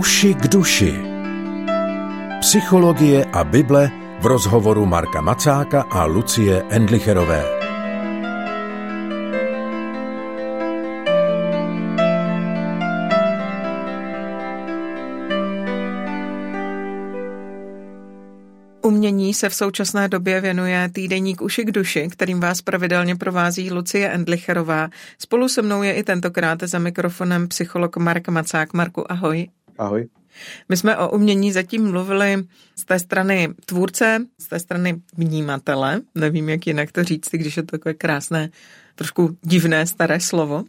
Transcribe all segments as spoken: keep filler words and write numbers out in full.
Uši k duši. Psychologie a Bible v rozhovoru Marka Macáka a Lucie Endlicherové. Umění se v současné době věnuje týdeník Uši k duši, kterým vás pravidelně provází Lucie Endlicherová. Spolu se mnou je i tentokrát za mikrofonem psycholog Mark Macák. Marku, ahoj. Ahoj. My jsme o umění zatím mluvili z té strany tvůrce, z té strany vnímatele. Nevím, jak jinak to říct, když je to takové krásné, trošku divné staré slovo.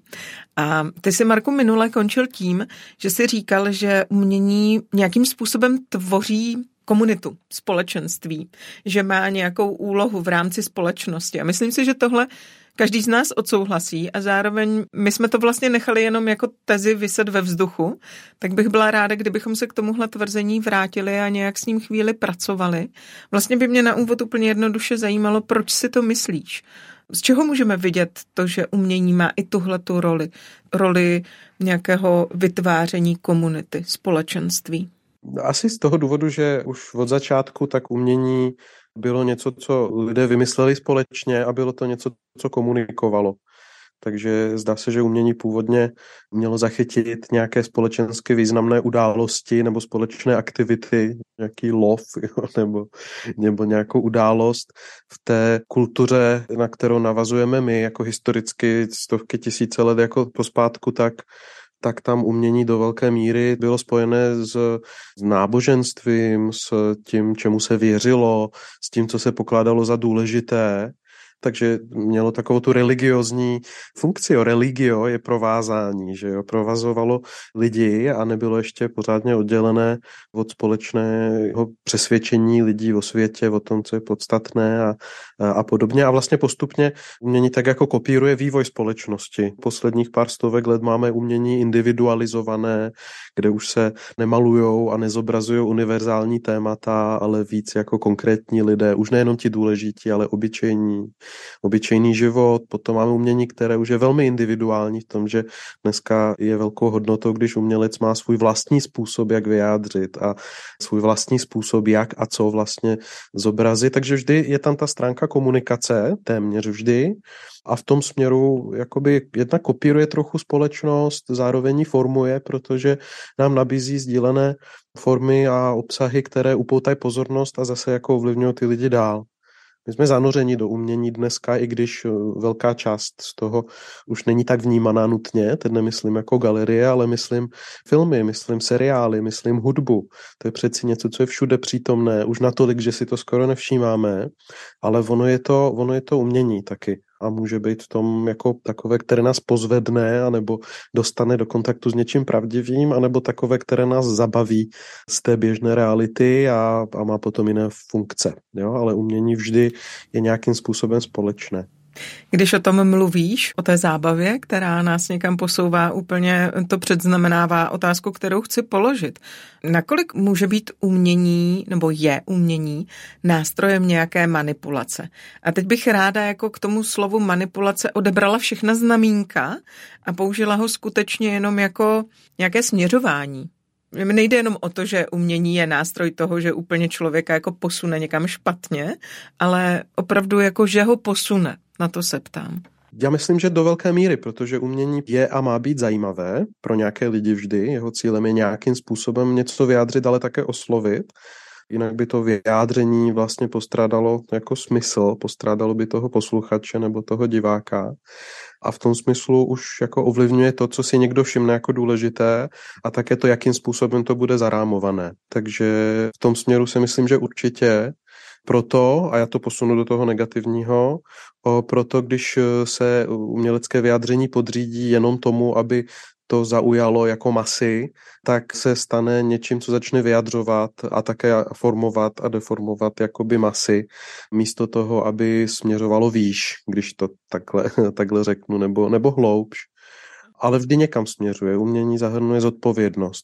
A ty si, Marku, minule končil tím, že jsi říkal, že umění nějakým způsobem tvoří komunitu, společenství, že má nějakou úlohu v rámci společnosti. A myslím si, že tohle každý z nás odsouhlasí a zároveň my jsme to vlastně nechali jenom jako tezi viset ve vzduchu, tak bych byla ráda, kdybychom se k tomuhle tvrzení vrátili a nějak s ním chvíli pracovali. Vlastně by mě na úvod úplně jednoduše zajímalo, proč si to myslíš. Z čeho můžeme vidět to, že umění má i tuhletu roli, roli nějakého vytváření komunity, společenství? Asi z toho důvodu, že už od začátku tak umění bylo něco, co lidé vymysleli společně a bylo to něco, co komunikovalo. Takže zdá se, že umění původně mělo zachytit nějaké společensky významné události nebo společné aktivity, nějaký lov jo, nebo, nebo nějakou událost v té kultuře, na kterou navazujeme my jako historicky stovky tisíce let jako pospátku, tak tak tam umění do velké míry bylo spojené s, s náboženstvím, s tím, čemu se věřilo, s tím, co se pokládalo za důležité. Takže mělo takovou tu religiozní funkci. Religio je provázání, že jo, provazovalo lidi a nebylo ještě pořádně oddělené od společného přesvědčení lidí o světě, o tom, co je podstatné a, a, a podobně. A vlastně postupně umění tak jako kopíruje vývoj společnosti. Posledních pár stovek let máme umění individualizované, kde už se nemalujou a nezobrazujou univerzální témata, ale víc jako konkrétní lidé, už nejenom ti důležití, ale obyčejní. obyčejný život, potom máme umění, které už je velmi individuální v tom, že dneska je velkou hodnotou, když umělec má svůj vlastní způsob, jak vyjádřit a svůj vlastní způsob, jak a co vlastně zobrazit, takže vždy je tam ta stránka komunikace, téměř vždy, a v tom směru jakoby jedna kopíruje trochu společnost, zároveň ji formuje, protože nám nabízí sdílené formy a obsahy, které upoutají pozornost a zase jako ovlivňují ty lidi dál. My jsme zanořeni do umění dneska, i když velká část z toho už není tak vnímaná nutně, teď nemyslím jako galerie, ale myslím filmy, myslím seriály, myslím hudbu. To je přeci něco, co je všude přítomné, už natolik, že si to skoro nevšímáme, ale ono je to, ono je to umění taky. A může být v tom jako takové, které nás pozvedne, anebo dostane do kontaktu s něčím pravdivým, anebo takové, které nás zabaví z té běžné reality a, a má potom jiné funkce. Jo? Ale umění vždy je nějakým způsobem společné. Když o tom mluvíš, o té zábavě, která nás někam posouvá, úplně to předznamenává otázku, kterou chci položit. Nakolik může být umění, nebo je umění, nástrojem nějaké manipulace? A teď bych ráda jako k tomu slovu manipulace odebrala všechna znamínka a použila ho skutečně jenom jako nějaké směřování. Mně nejde jenom o to, že umění je nástroj toho, že úplně člověka jako posune někam špatně, ale opravdu jako, že ho posune. Na to se ptám. Já myslím, že do velké míry, protože umění je a má být zajímavé pro nějaké lidi vždy. Jeho cílem je nějakým způsobem něco vyjádřit, ale také oslovit. Jinak by to vyjádření vlastně postrádalo jako smysl, postrádalo by toho posluchače nebo toho diváka. A v tom smyslu už jako ovlivňuje to, co si někdo všimne jako důležité a také to, jakým způsobem to bude zarámované. Takže v tom směru si myslím, že určitě proto, a já to posunu do toho negativního, o, proto když se umělecké vyjádření podřídí jenom tomu, aby to zaujalo jako masy, tak se stane něčím, co začne vyjadřovat a také formovat a deformovat jakoby masy, místo toho, aby směřovalo výš, když to takhle, takhle řeknu, nebo, nebo hloubš. Ale vždy někam směřuje. Umění zahrnuje zodpovědnost.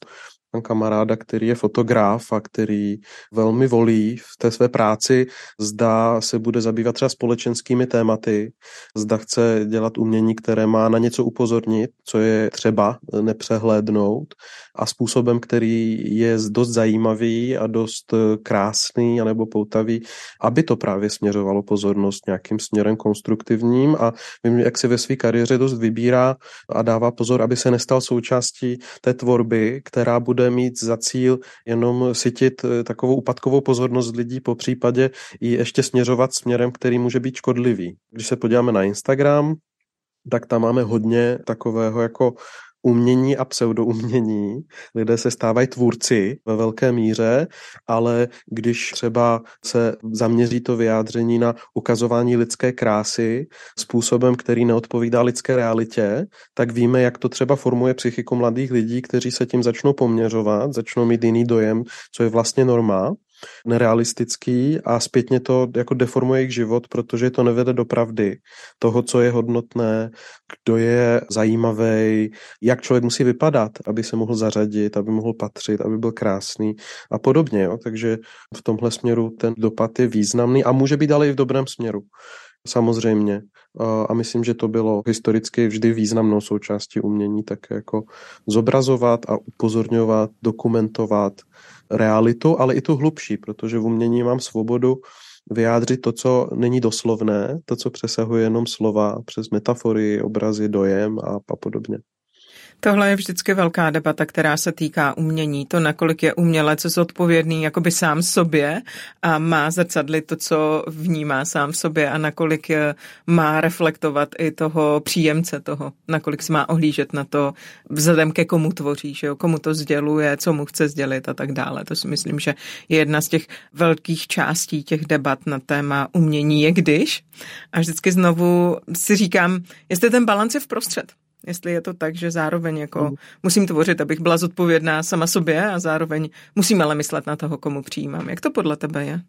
Mám kamaráda, který je fotograf a který velmi volí v té své práci, zda se bude zabývat třeba společenskými tématy, zda chce dělat umění, které má na něco upozornit, co je třeba nepřehlédnout a způsobem, který je dost zajímavý a dost krásný anebo poutavý, aby to právě směřovalo pozornost nějakým směrem konstruktivním a vím, jak si ve své kariéře dost vybírá a dává pozor, aby se nestal součástí té tvorby, která bude mít za cíl jenom sytit takovou úpadkovou pozornost lidí, po případě i ještě směřovat směrem, který může být škodlivý. Když se podíváme na Instagram, tak tam máme hodně takového jako umění a pseudoumění. Lidé se stávají tvůrci ve velké míře, ale když třeba se zaměří to vyjádření na ukazování lidské krásy způsobem, který neodpovídá lidské realitě, tak víme, jak to třeba formuje psychiku mladých lidí, kteří se tím začnou poměřovat, začnou mít jiný dojem, co je vlastně norma, nerealistický a zpětně to jako deformuje jejich život, protože to nevede do pravdy toho, co je hodnotné, kdo je zajímavý, jak člověk musí vypadat, aby se mohl zařadit, aby mohl patřit, aby byl krásný a podobně. Jo? Takže v tomhle směru ten dopad je významný a může být ale i v dobrém směru. Samozřejmě. A myslím, že to bylo historicky vždy významnou součástí umění, tak jako zobrazovat a upozorňovat, dokumentovat realitu, ale i tu hlubší, protože v umění mám svobodu vyjádřit to, co není doslovné, to, co přesahuje jenom slova, přes metafory, obrazy, dojem a, a podobně. Tohle je vždycky velká debata, která se týká umění. To, nakolik je umělec zodpovědný jakoby sám sobě a má zrcadlit to, co vnímá sám v sobě a nakolik má reflektovat i toho příjemce toho, nakolik si má ohlížet na to vzhledem ke komu tvoří, že jo? Komu to sděluje, co mu chce sdělit a tak dále. To si myslím, že je jedna z těch velkých částí těch debat na téma umění je když. A vždycky znovu si říkám, jestli ten balans je vprostřed. Jestli je to tak, že zároveň jako mm. musím tvořit, abych byla zodpovědná sama sobě a zároveň musím ale myslet na toho, komu přijímám. Jak to podle tebe je?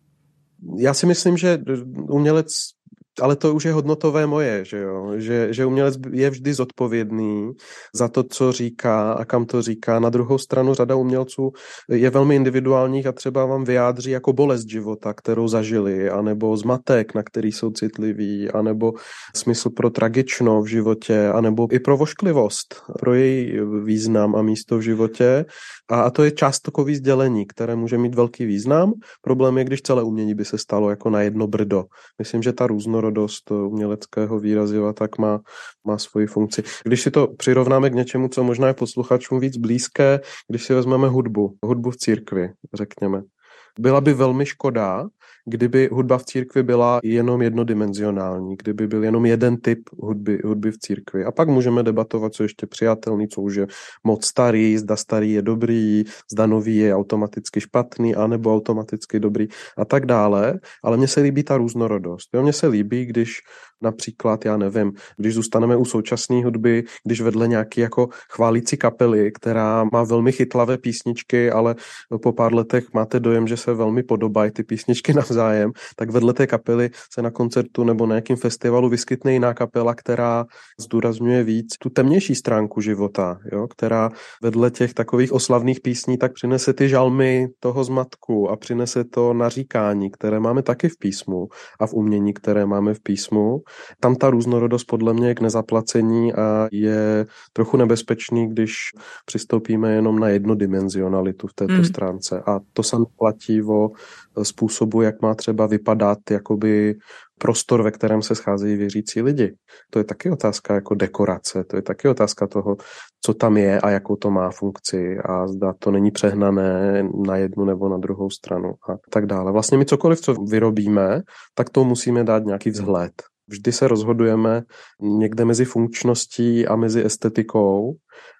Já si myslím, že umělec, ale to už je hodnotové moje, že jo, že, že umělec je vždy zodpovědný za to, co říká a kam to říká. Na druhou stranu řada umělců je velmi individuálních a třeba vám vyjádří jako bolest života, kterou zažili, anebo zmatek, na který jsou citliví, anebo smysl pro tragično v životě, anebo i pro vošklivost, pro její význam a místo v životě. A, a to je částkový sdělení, které může mít velký význam. Problém je, když celé umění by se stalo jako na jedno brdo. Myslím, že ta různorodost uměleckého výraziva tak má, má svoji funkci. Když si to přirovnáme k něčemu, co možná je posluchačům víc blízké, když si vezmeme hudbu, hudbu v církvi, řekněme. Byla by velmi škoda, kdyby hudba v církvi byla jenom jednodimenzionální, kdyby byl jenom jeden typ hudby, hudby v církvi. A pak můžeme debatovat, co ještě přijatelný, co už je moc starý, zda starý je dobrý, zda nový je automaticky špatný, anebo automaticky dobrý a tak dále. Ale mně se líbí ta různorodost. Jo, mně se líbí, když například, já nevím, když zůstaneme u současné hudby, když vedle nějaký jako chválící kapely, která má velmi chytlavé písničky, ale po pár letech máte dojem, že se velmi podobají ty písničky navzájem, tak vedle té kapely se na koncertu nebo na nějakém festivalu vyskytne jiná kapela, která zdůrazňuje víc tu temnější stránku života, jo, která vedle těch takových oslavných písní tak přinese ty žalmy toho zmatku a přinese to naříkání, které máme taky v písmu a v umění, které máme v písmu. Tam ta různorodost podle mě je k nezaplacení a je trochu nebezpečný, když přistoupíme jenom na jednodimenzionalitu v této hmm. stránce. A to samé platí o způsobu, jak má třeba vypadat jakoby prostor, ve kterém se scházejí věřící lidi. To je taky otázka jako dekorace, to je taky otázka toho, co tam je a jakou to má funkci a zda to není přehnané na jednu nebo na druhou stranu a tak dále. Vlastně my cokoliv, co vyrobíme, tak to musíme dát nějaký vzhled. Vždy se rozhodujeme někde mezi funkčností a mezi estetikou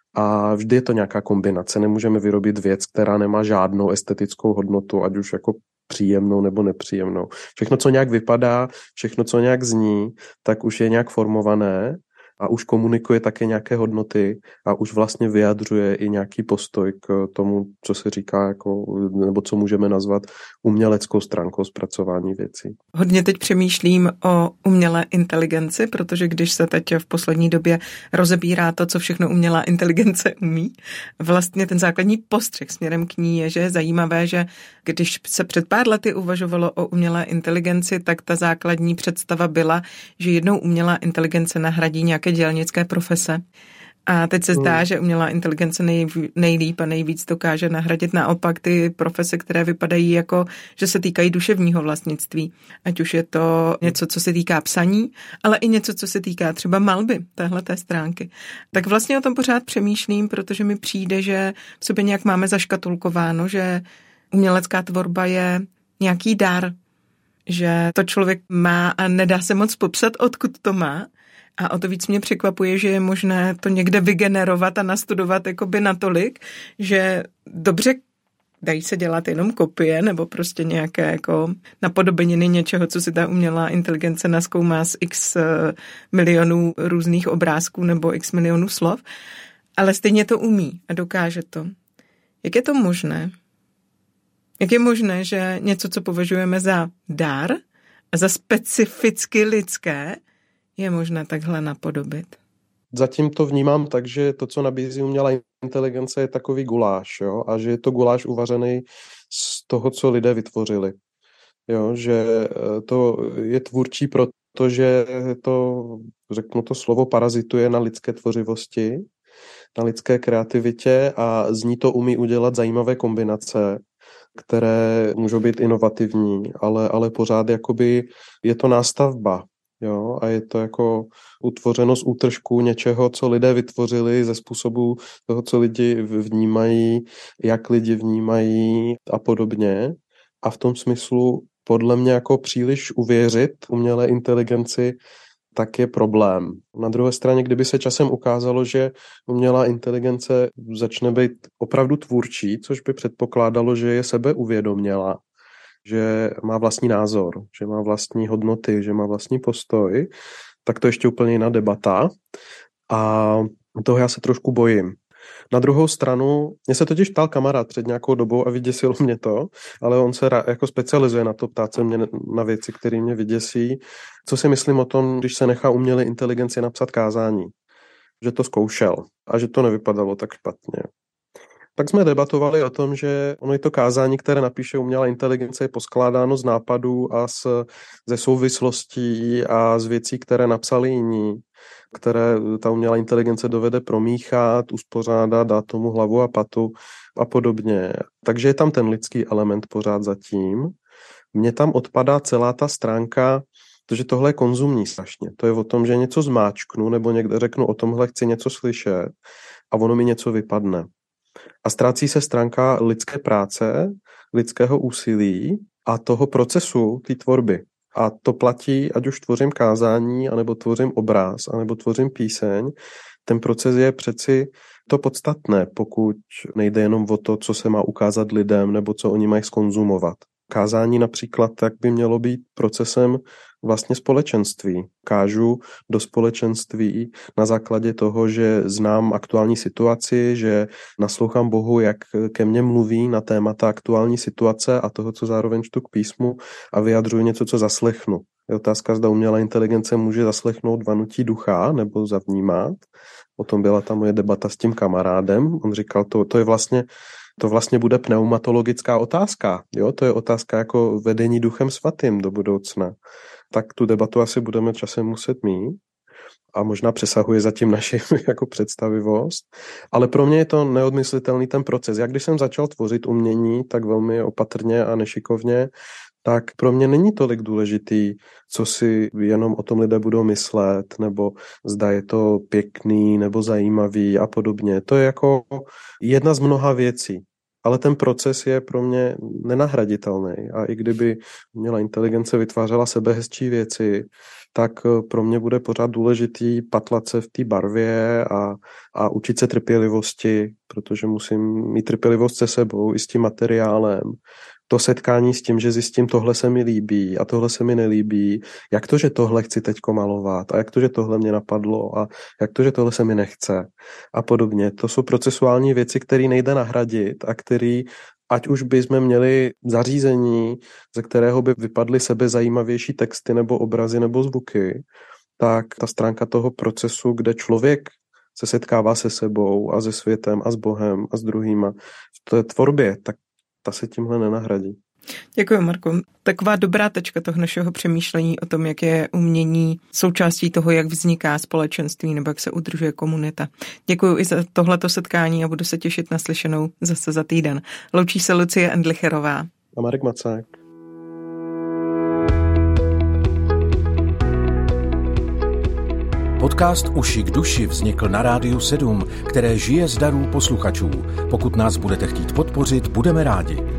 a vždy je to nějaká kombinace. Nemůžeme vyrobit věc, která nemá žádnou estetickou hodnotu, ať už jako příjemnou nebo nepříjemnou. Všechno, co nějak vypadá, všechno, co nějak zní, tak už je nějak formované a už komunikuje také nějaké hodnoty a už vlastně vyjadřuje i nějaký postoj k tomu, co se říká, jako, nebo co můžeme nazvat uměleckou stránkou zpracování věcí. Hodně teď přemýšlím o umělé inteligenci, protože když se teď v poslední době rozebírá to, co všechno umělá inteligence umí, vlastně ten základní postřeh směrem k ní je, že je zajímavé, že když se před pár lety uvažovalo o umělé inteligenci, tak ta základní představa byla, že jednou umělá inteligence nahradí nějaké dělnické profese. A teď se zdá, že umělá inteligence nej, nejlíp a nejvíc dokáže nahradit naopak ty profese, které vypadají jako, že se týkají duševního vlastnictví. Ať už je to něco, co se týká psaní, ale i něco, co se týká třeba malby, téhleté stránky. Tak vlastně o tom pořád přemýšlím, protože mi přijde, že v sobě nějak máme zaškatulkováno, že umělecká tvorba je nějaký dar, že to člověk má a nedá se moc popsat, odkud to má. A o to víc mě překvapuje, že je možné to někde vygenerovat a nastudovat jakoby natolik, že dobře dají se dělat jenom kopie nebo prostě nějaké jako napodobeniny něčeho, co si ta umělá inteligence nazkoumá z x milionů různých obrázků nebo x milionů slov, ale stejně to umí a dokáže to. Jak je to možné? Jak je možné, že něco, co považujeme za dar a za specificky lidské, je možné takhle napodobit? Zatím to vnímám tak, že to, co nabízí umělá inteligence, je takový guláš, jo? A že je to guláš uvařený z toho, co lidé vytvořili. Jo? Že to je tvůrčí, protože to, řeknu to slovo, parazituje na lidské tvořivosti, na lidské kreativitě a z ní to umí udělat zajímavé kombinace, které můžou být inovativní, ale, ale pořád jakoby je to nástavba. Jo, a je to jako utvořeno z útržků něčeho, co lidé vytvořili ze způsobu toho, co lidi vnímají, jak lidi vnímají a podobně. A v tom smyslu podle mě jako příliš uvěřit umělé inteligenci, tak je problém. Na druhé straně, kdyby se časem ukázalo, že umělá inteligence začne být opravdu tvůrčí, což by předpokládalo, že je sebeuvědomělá, že má vlastní názor, že má vlastní hodnoty, že má vlastní postoj, tak to ještě úplně jiná debata a toho já se trošku bojím. Na druhou stranu, mě se totiž ptal kamarád před nějakou dobou a vyděsilo mě to, ale on se jako specializuje na to, ptát se mě na věci, které mě vyděsí. Co si myslím o tom, když se nechá umělé inteligenci napsat kázání? Že to zkoušel a že to nevypadalo tak špatně. Tak jsme debatovali o tom, že ono je to kázání, které napíše umělá inteligence, je poskládáno z nápadů a z, ze souvislostí a z věcí, které napsali jiní, které ta umělá inteligence dovede promíchat, uspořádat, dát tomu hlavu a patu a podobně. Takže je tam ten lidský element pořád zatím. Mně tam odpadá celá ta stránka, protože tohle je konzumní strašně. To je o tom, že něco zmáčknu nebo někde řeknu o tomhle chci něco slyšet a ono mi něco vypadne. A ztrácí se stránka lidské práce, lidského úsilí a toho procesu té tvorby. A to platí, ať už tvořím kázání, anebo tvořím obraz, anebo tvořím píseň. Ten proces je přeci to podstatné, pokud nejde jenom o to, co se má ukázat lidem, nebo co oni mají zkonzumovat. Kázání například tak by mělo být procesem vlastně společenství. Kážu do společenství na základě toho, že znám aktuální situaci, že naslouchám Bohu, jak ke mně mluví na témata aktuální situace a toho, co zároveň čtu k písmu a vyjadřuji něco, co zaslechnu. Je otázka, zda umělá inteligence může zaslechnout vanutí ducha nebo zavnímat. O tom byla ta moje debata s tím kamarádem. On říkal, to, to je vlastně To vlastně bude pneumatologická otázka. Jo? To je otázka jako vedení duchem svatým do budoucna. Tak tu debatu asi budeme časem muset mít a možná přesahuje zatím naši jako představivost. Ale pro mě je to neodmyslitelný ten proces. Já když jsem začal tvořit umění, tak velmi opatrně a nešikovně, tak pro mě není tolik důležitý, co si jenom o tom lidé budou myslet, nebo zda je to pěkný nebo zajímavý a podobně. To je jako jedna z mnoha věcí. Ale ten proces je pro mě nenahraditelný. A i kdyby umělá inteligence vytvářela sebehezčí věci, tak pro mě bude pořád důležitý patlat se v té barvě a, a učit se trpělivosti, protože musím mít trpělivost se sebou i s tím materiálem. to setkání s tím, že zjistím, tohle se mi líbí a tohle se mi nelíbí, jak to, že tohle chci teďko malovat a jak to, že tohle mě napadlo a jak to, že tohle se mi nechce a podobně. To jsou procesuální věci, které nejde nahradit a které, ať už bychom měli zařízení, ze kterého by vypadly sebe zajímavější texty nebo obrazy nebo zvuky, tak ta stránka toho procesu, kde člověk se setkává se sebou a se světem a s Bohem a s druhýma v té tvorbě, tak ta se tímhle nenahradí. Děkuji, Marko. Taková dobrá tečka toho našeho přemýšlení o tom, jak je umění součástí toho, jak vzniká společenství nebo jak se udržuje komunita. Děkuji i za tohleto setkání a budu se těšit na slyšenou zase za týden. Loučí se Lucie Endlicherová a Marek Macák. Podcast Uši k duši vznikl na Rádiu sedm, které žije z darů posluchačů. Pokud nás budete chtít podpořit, budeme rádi.